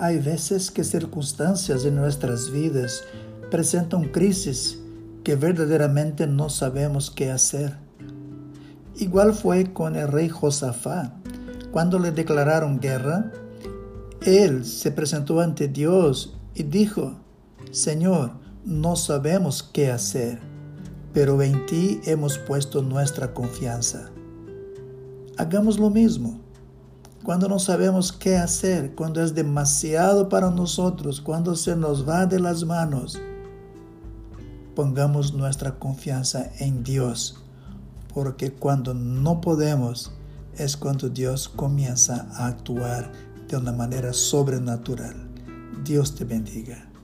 Hay veces que circunstancias en nuestras vidas presentan crisis que verdaderamente no sabemos qué hacer. Igual fue con el rey Josafat. Cuando le declararon guerra, él se presentó ante Dios y dijo: Señor, no sabemos qué hacer, pero en ti hemos puesto nuestra confianza. Hagamos lo mismo. Cuando no sabemos qué hacer, cuando es demasiado para nosotros, cuando se nos va de las manos, pongamos nuestra confianza en Dios, porque cuando no podemos es cuando Dios comienza a actuar de una manera sobrenatural. Dios te bendiga.